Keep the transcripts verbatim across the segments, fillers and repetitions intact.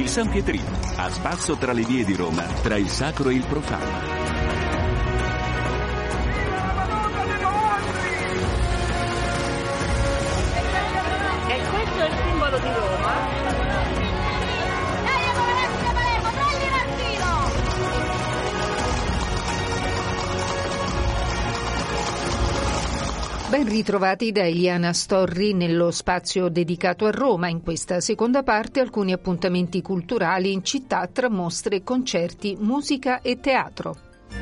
Il San Pietrino, a spasso tra le vie di Roma, tra il sacro e il profano. E questo è il simbolo di Roma. Ben ritrovati da Eliana Storri nello spazio dedicato a Roma. In questa seconda parte alcuni appuntamenti culturali in città tra mostre, concerti, musica e teatro.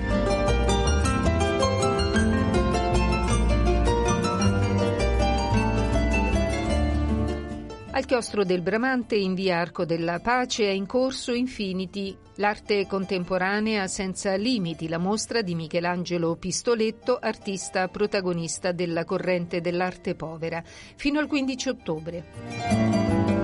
Al chiostro del Bramante, in via Arco della Pace, è in corso Infinity, l'arte contemporanea senza limiti, la mostra di Michelangelo Pistoletto, artista protagonista della corrente dell'arte povera, fino al quindici ottobre.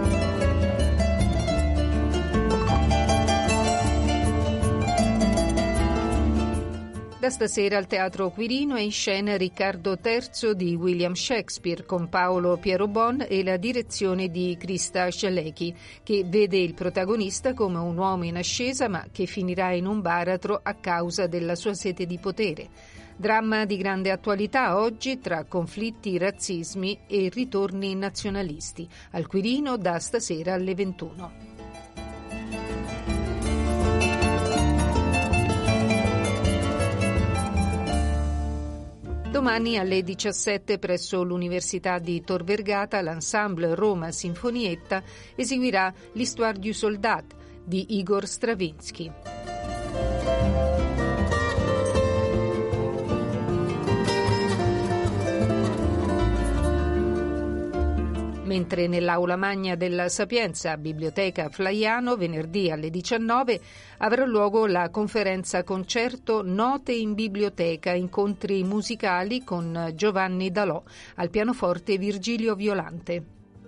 Da stasera al Teatro Quirino è in scena Riccardo terzo di William Shakespeare con Paolo Pierobon e la direzione di Krista Scialecki, che vede il protagonista come un uomo in ascesa ma che finirà in un baratro a causa della sua sete di potere. Dramma di grande attualità oggi tra conflitti, razzismi e ritorni nazionalisti. Al Quirino da stasera alle ventuno. Domani alle diciassette presso l'Università di Tor Vergata l'ensemble Roma Sinfonietta eseguirà l'Histoire du Soldat di Igor Stravinsky. Mentre nell'aula magna della Sapienza, Biblioteca Flaiano, venerdì alle diciannove, avrà luogo la conferenza concerto Note in biblioteca, incontri musicali con Giovanni Dalò, al pianoforte Virgilio Violante.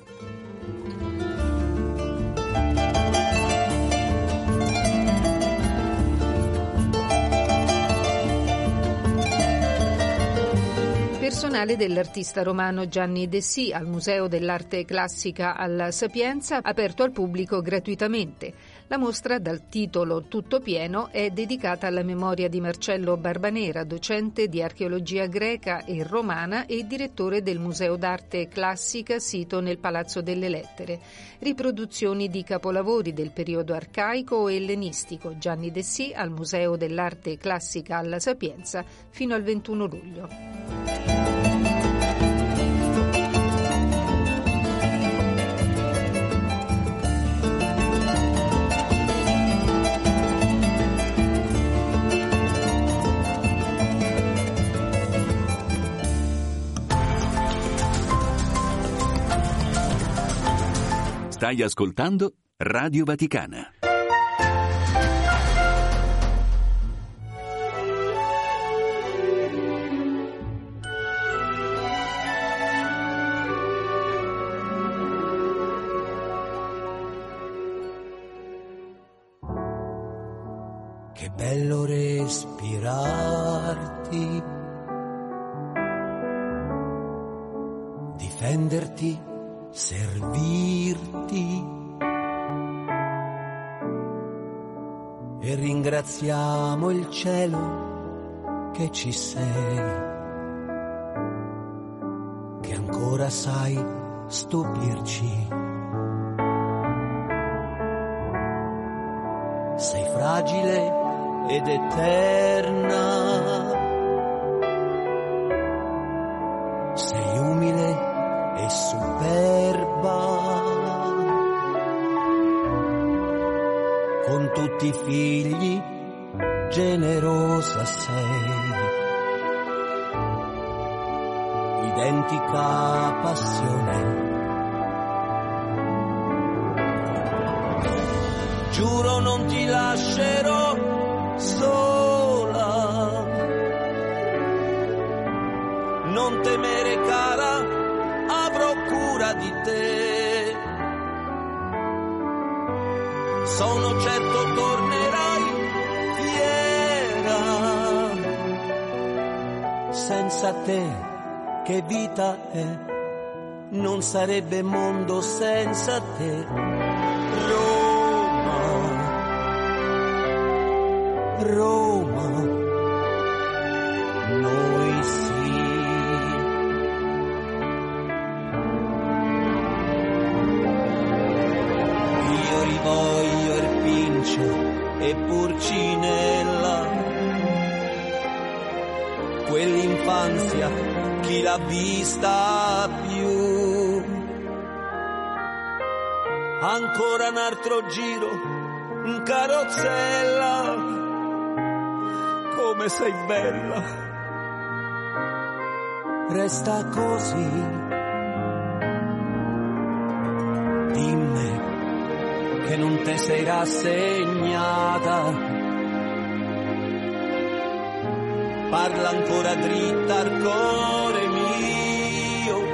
Personale dell'artista romano Gianni Dessì al Museo dell'Arte Classica alla Sapienza, aperto al pubblico gratuitamente. La mostra, dal titolo Tutto pieno, è dedicata alla memoria di Marcello Barbanera, docente di archeologia greca e romana e direttore del Museo d'Arte Classica sito nel Palazzo delle Lettere. Riproduzioni di capolavori del periodo arcaico o ellenistico. Gianni Dessì al Museo dell'Arte Classica alla Sapienza fino al ventuno luglio. Stai ascoltando Radio Vaticana. Che bello respirarti, difenderti, servirti e ringraziamo il cielo che ci sei, che ancora sai stupirci. Sei fragile ed eterna, sei umile e superba, con tutti i figli generosa sei, identica passione. Giuro non ti lascerò sola, non temere cara, avrò cura di te. Sono certo tornerai fiera, senza te che vita è, non sarebbe mondo senza te. Roma, Roma, noi sì. Io rivoglio il Pincio e Purcinella, quell'infanzia chi l'ha vista più. Ancora un altro giro in carrozzella, come sei bella. Resta così, dimmi che non te sei rassegnata. Parla ancora dritta al cuore mio.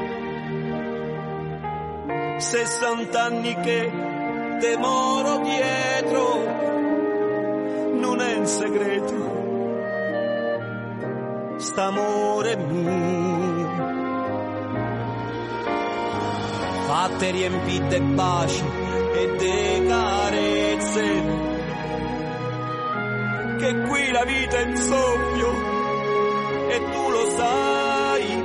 Sessant'anni che te moro dietro, non è un segreto st'amore mio. Fatte riempite baci e de carezze, che qui la vita è in soffio e tu lo sai.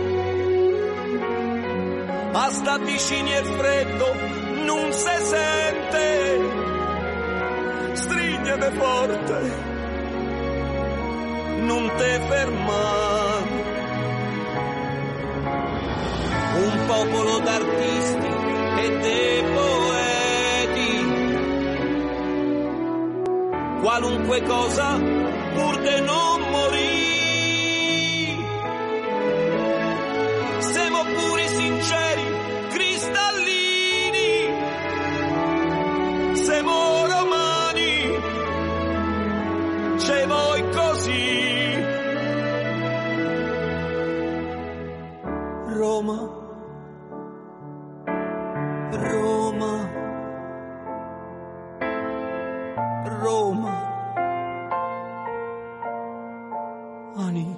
A sta vicini e freddo non si sente, strignete forte, non te fermare. Un popolo d'artisti e dei poeti, qualunque cosa pur de non morì. Siamo puri sinceri, cristallini, siamo romani, c'è voi così. Roma, Roma, Roma, Ani.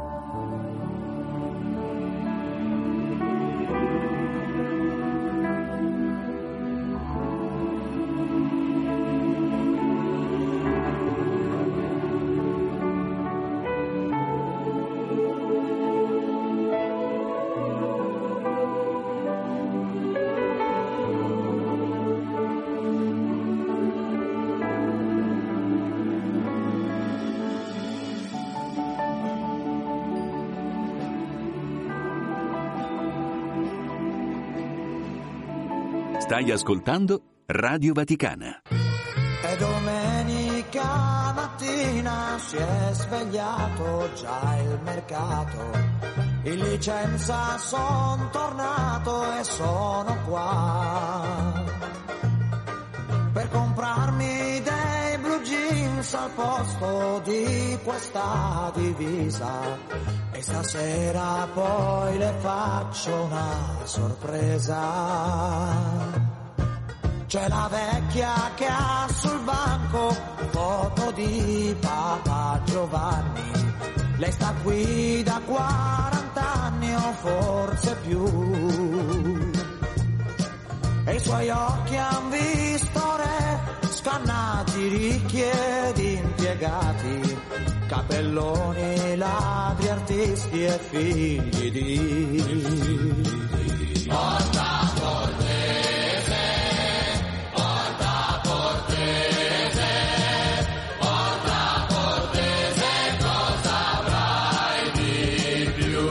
Stai ascoltando Radio Vaticana. È domenica mattina, si è svegliato già il mercato. In licenza son tornato e sono qua per comprarmi dei blue jeans al posto di questa divisa. E stasera poi le faccio una sorpresa. C'è la vecchia che ha sul banco foto di Papa Giovanni. Lei sta qui da quarant'anni o forse più. E i suoi occhi han visto re, scannati, ricchi ed impiegati, capelloni, ladri, artisti e figli di Porta Portese, Porta Portese, Porta Portese, cosa avrai di più?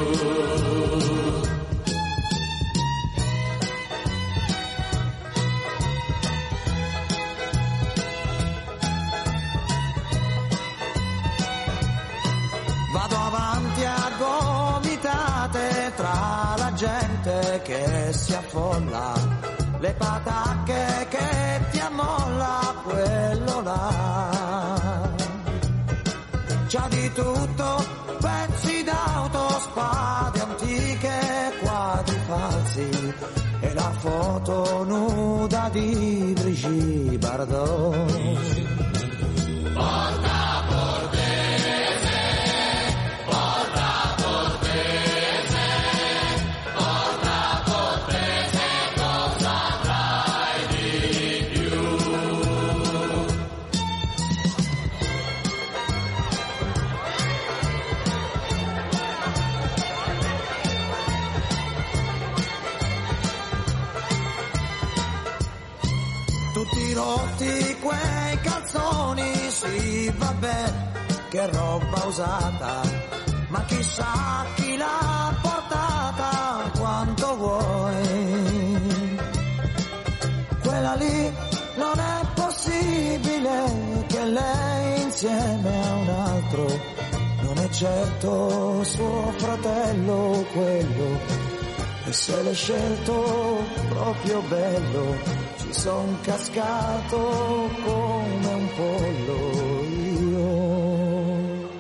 Vado avanti a gomitate tra la gente che si affolla, le patacche che ti ammolla quello là. C'ha di tutto, pezzi d'auto, spade antiche, quadri falsi e la foto nuda di Brigitte Bardot. Porta rotti quei calzoni, sì vabbè, che roba usata, ma chissà chi l'ha portata, quanto vuoi. Quella lì non è possibile che lei insieme a un altro, non è certo suo fratello quello, e se l'è scelto proprio bello, ci son cascato come un pollo io.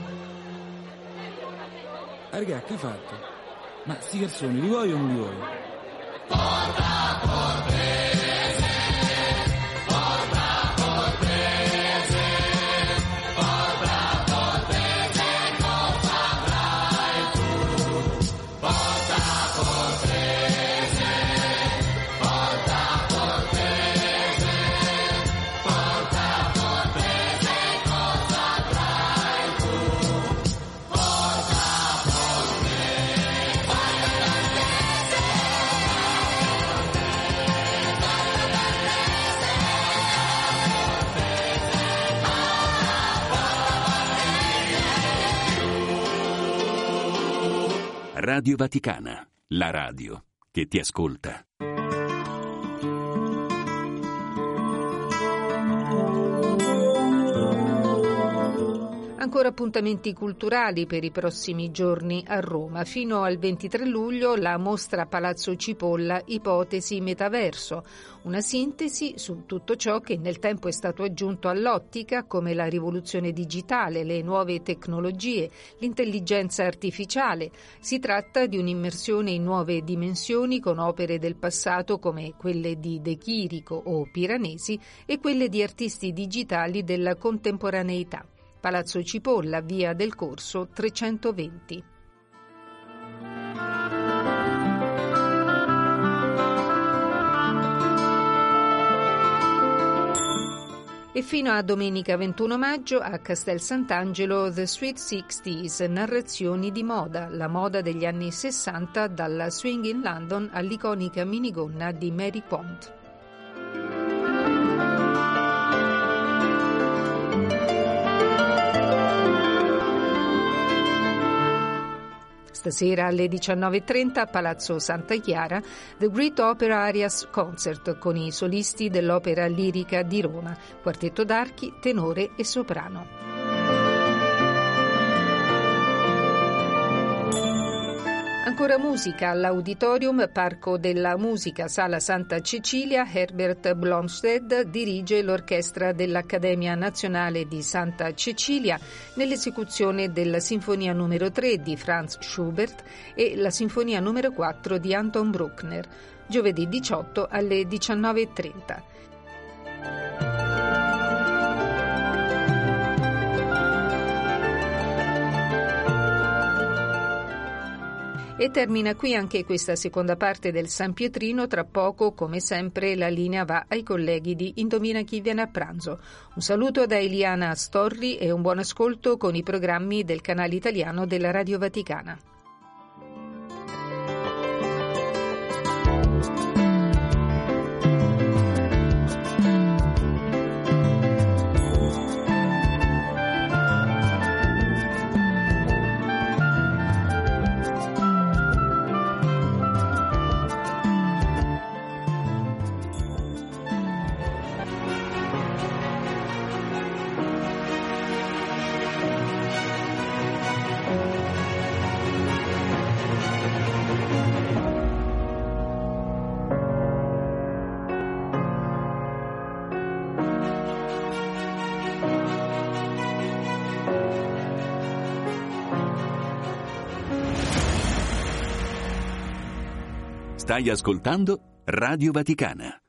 Ah, raga, che hai fatto? Ma sti garzoni, li vuoi o non li vuoi? Porta Portese, porta Portese, porta Portese, cosa avrai tu? Porta Portese, porta Portese, porta Portese, cosa avrai tu? Porta Radio Vaticana, la radio che ti ascolta. Ancora appuntamenti culturali per i prossimi giorni a Roma. Fino al ventitré luglio la mostra Palazzo Cipolla Ipotesi Metaverso, una sintesi su tutto ciò che nel tempo è stato aggiunto all'ottica, come la rivoluzione digitale, le nuove tecnologie, l'intelligenza artificiale. Si tratta di un'immersione in nuove dimensioni con opere del passato come quelle di De Chirico o Piranesi e quelle di artisti digitali della contemporaneità. Palazzo Cipolla, via del Corso trecentoventi. E fino a domenica ventuno maggio a Castel Sant'Angelo The Sweet Sixties, narrazioni di moda, la moda degli anni sessanta dalla Swing in London all'iconica minigonna di Mary Pond. Stasera alle diciannove e trenta a Palazzo Santa Chiara, The Great Opera Arias Concert con i solisti dell'Opera Lirica di Roma, quartetto d'archi, tenore e soprano. Ancora musica all'Auditorium Parco della Musica, Sala Santa Cecilia. Herbert Blomstedt dirige l'orchestra dell'Accademia Nazionale di Santa Cecilia nell'esecuzione della Sinfonia numero tre di Franz Schubert e la Sinfonia numero quattro di Anton Bruckner, giovedì diciotto alle diciannove e trenta. E termina qui anche questa seconda parte del San Pietrino. Tra poco, come sempre, la linea va ai colleghi di Indovina chi viene a pranzo. Un saluto da Eliana Storri e un buon ascolto con i programmi del canale italiano della Radio Vaticana. Stai ascoltando Radio Vaticana.